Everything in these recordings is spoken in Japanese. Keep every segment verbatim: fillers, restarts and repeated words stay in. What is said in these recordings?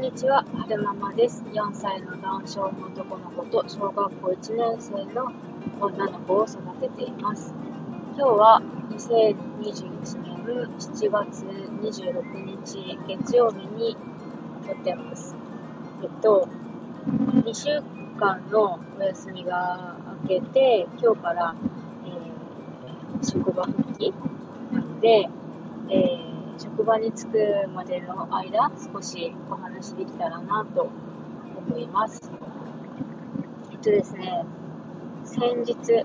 にちは、はるままです。よんさいの男性の男の子と小学校いちねん生の女の子を育てています。今日はにせんにじゅういちねんしちがつにじゅうろくにち月曜日に撮ってます。えっと、にしゅうかんのお休みが明けて、今日から、えー、職場復帰なので、えー職場に着くまでの間、少しお話できたらなと思います。えっとですね、先日、違う、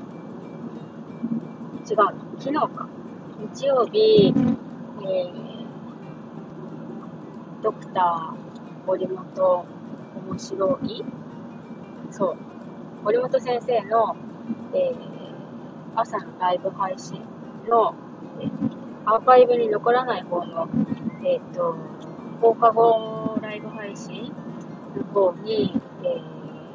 昨日か、日曜日、えー、ドクター森本面白いそう、森本先生の、えー、朝のライブ配信の、えーアーカイブに残らない方の、えっと、放課後ライブ配信の方に、えー、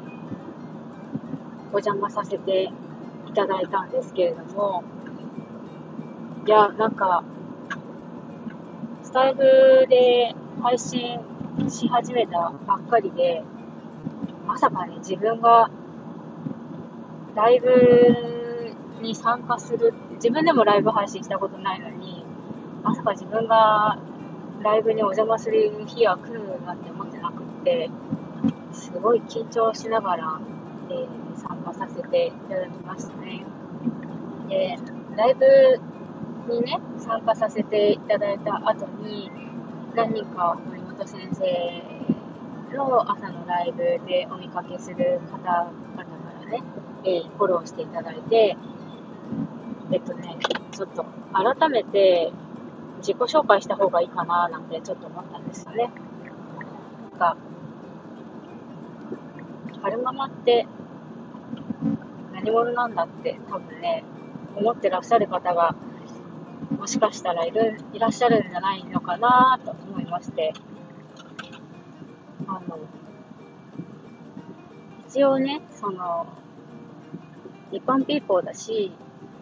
お邪魔させていただいたんですけれども、いや、なんか、スタイフで配信し始めたばっかりで、まさかね、自分がライブに参加する、自分でもライブ配信したことないのに、まさか自分がライブにお邪魔する日が来るなんて思ってなくって、すごい緊張しながら、えー、参加させていただきましたね。で、ライブにね、参加させていただいた後に、何人か森本先生の朝のライブでお見かけする方々からね、えー、フォローしていただいて、えっとね、ちょっと改めて自己紹介した方がいいかななんてちょっと思ったんですよね。なんか、はるままって何者なんだって多分ね、思ってらっしゃる方がもしかしたらいるいらっしゃるんじゃないのかなと思いまして、あの、一応ね、その、一般ピーポーだし、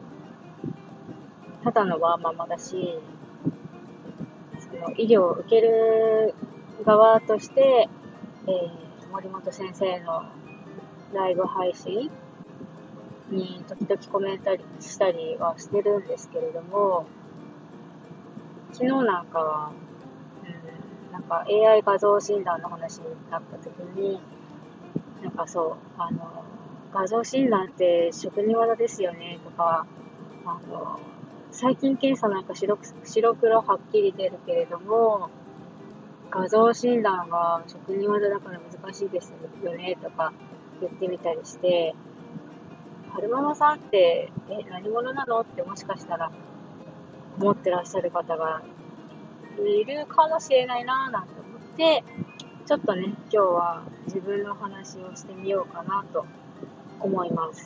ただのワーママだし、その医療を受ける側として、えー、森本先生のライブ配信に時々コメントしたりはしてるんですけれども、昨日なんかは、うん、なんか エーアイ 画像診断の話になった時に、なんかそう、あの、画像診断って職人技ですよねとか、あの、細菌検査なんか白白黒はっきり出るけれども、画像診断は職人技だから難しいですよねとか言ってみたりして、はるままさんってえ何者なのってもしかしたら思ってらっしゃる方がいるかもしれないなぁなんて思って、ちょっとね、今日は自分の話をしてみようかなと思います。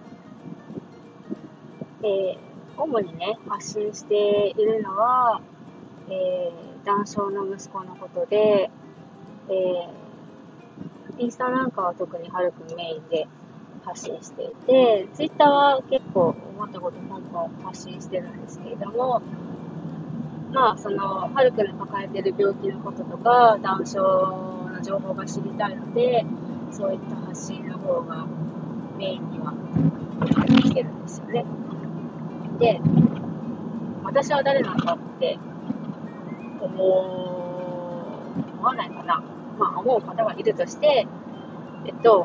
えー、主にね、発信しているのは、えー、男性の息子のことで、えー、インスタなんかは特にはるくんメインで発信していて、ツイッターは結構思ったことポンポン発信してるんですけれども、まあ、その、はるくんの抱えている病気のこととか、男性の情報が知りたいので、そういった発信の方がメインには来てるんですよね。で、私は誰なのかって思わないかな。まあ、思う方がいるとして、えっと、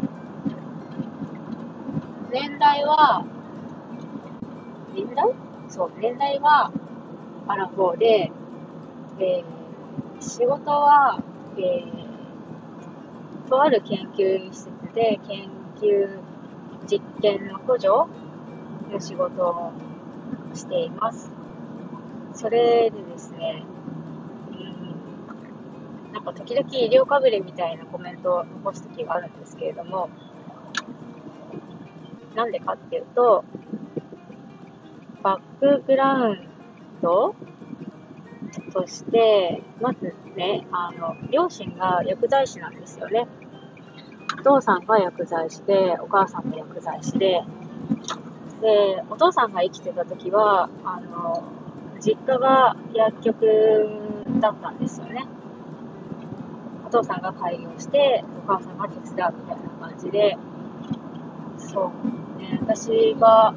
年代は、年代そう、年代はアラフォーで、えー、仕事は、えー、とある研究施設で研究実験の補助の仕事をしています。それでですね、うん、なんか時々医療かぶれみたいなコメントを残す時があるんですけれども、なんでかっていうと、バックグラウンドとして、まずね、あの、両親が薬剤師なんですよね。お父さんが薬剤師で、お母さんも薬剤師で、で、お父さんが生きてた時は、あの、実家が薬局だったんですよね。 父さんが開業してお母さんが手伝うみたいな感じで、そうね、私が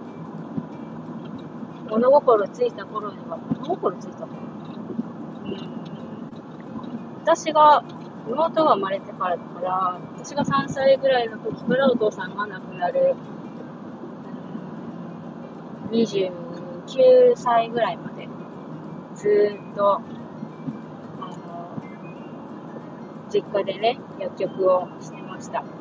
物心ついた頃には、物心ついた頃、うん、私が、妹が生まれてからだから、私がさんさいぐらいの時からお父さんが亡くなる、うん、にじゅうきゅうさいぐらいまで、ずーっと、あの、実家でね、薬局をしてました。だ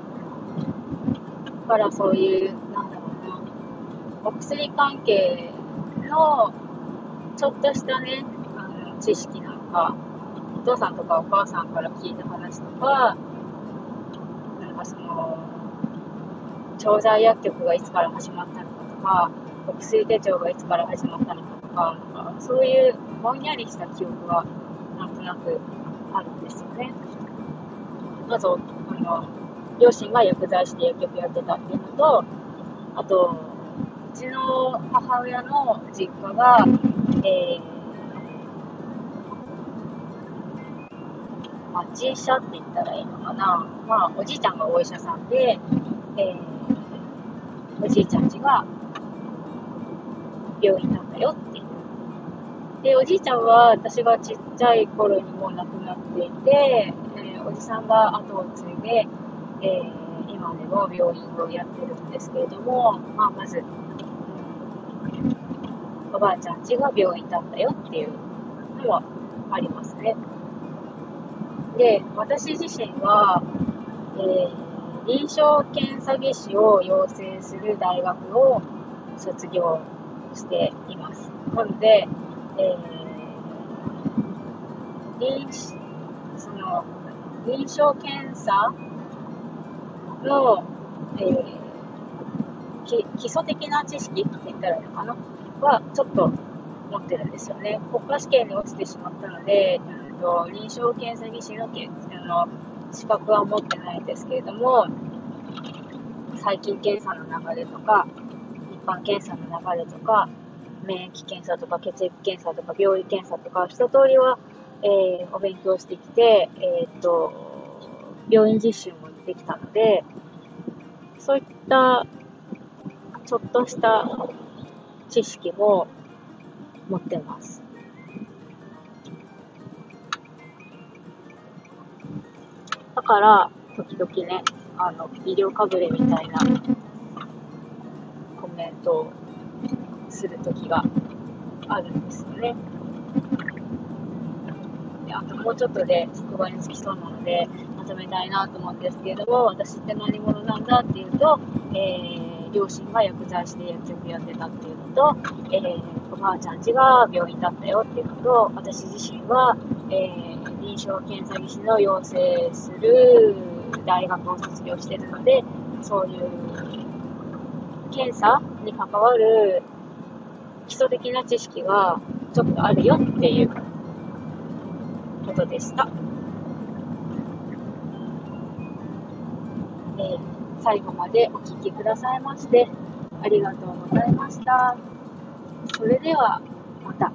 からそういう、なんだろうな、お薬関係のちょっとしたね、あの知識なんか、お父さんとかお母さんから聞いた話とか、なんかその、調剤薬局がいつから始まったのかとか、お薬手帳がいつから始まったのかとか、なんかそういうぼんやりした記憶がなんとなくあるんですよね。まず、あの、両親が薬剤師で薬局やってたっていうのと、あと、うちの母親の実家が、えー、町医者って言ったらいいのかな。まあ、おじいちゃんがお医者さんで、えー、おじいちゃん家が病院だったよっていう。で、おじいちゃんは私がちっちゃい頃にもう亡くなっていて、えー、おじさんが後を継いで、えー、今でも病院をやってるんですけれども、まあ、まず、おばあちゃん家が病院だったよっていうのはありますね。で、私自身は、えー、臨床検査技師を養成する大学を卒業しています。なので、えー、臨その臨床検査の、えー、基礎的な知識って言ったらいいのかなはちょっと持ってるんですよね。国家試験に落ちてしまったので、うん、と臨床検査技師のの資格は持ってないんですけれども、細菌検査の流れとか、一般検査の流れとか、免疫検査とか血液検査とか病理検査とか一通りは、えー、お勉強してきて、えー、っと病院実習もできたので、そういったちょっとした知識も持ってます。だから時々ね、あの医療かぶれみたいなコメントをする時があるんですよね。で、あともうちょっとで職場に就きそうなのでまとめたいなと思うんですけれども、私って何者なんだっていうと、えー、両親が薬剤師で薬局やってたっていうのと、えー、おばあちゃん家が病院だったよっていうのと、私自身は、えー、臨床検査技師の養成する大学を卒業しているので、そういう検査に関わる基礎的な知識がちょっとあるよっていうことでした。えー、最後までお聞きくださいましてありがとうございました。それではまた。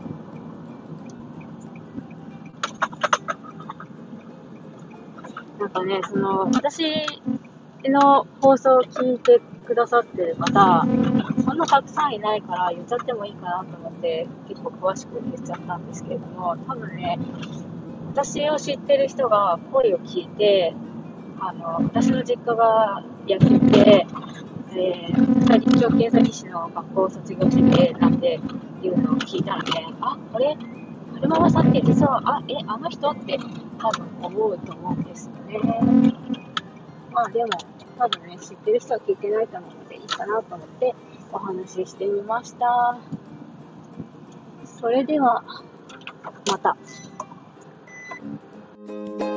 なんかね、その私の放送を聞いてくださってる方、そんなたくさんいないから言っちゃってもいいかなと思って結構詳しく言っちゃったんですけれども、多分ね、私を知ってる人が声を聞いて、あの私の実家が薬局で、えー、臨床検査技師の学校を卒業しててなんていうのを聞いたらね、あ、これ春ママさんって実はあえあの人って多分思うと思うんですよね。まあでも多分ね、知ってる人は聞いてないと思うのでいいかなと思ってお話ししてみました。それではまた。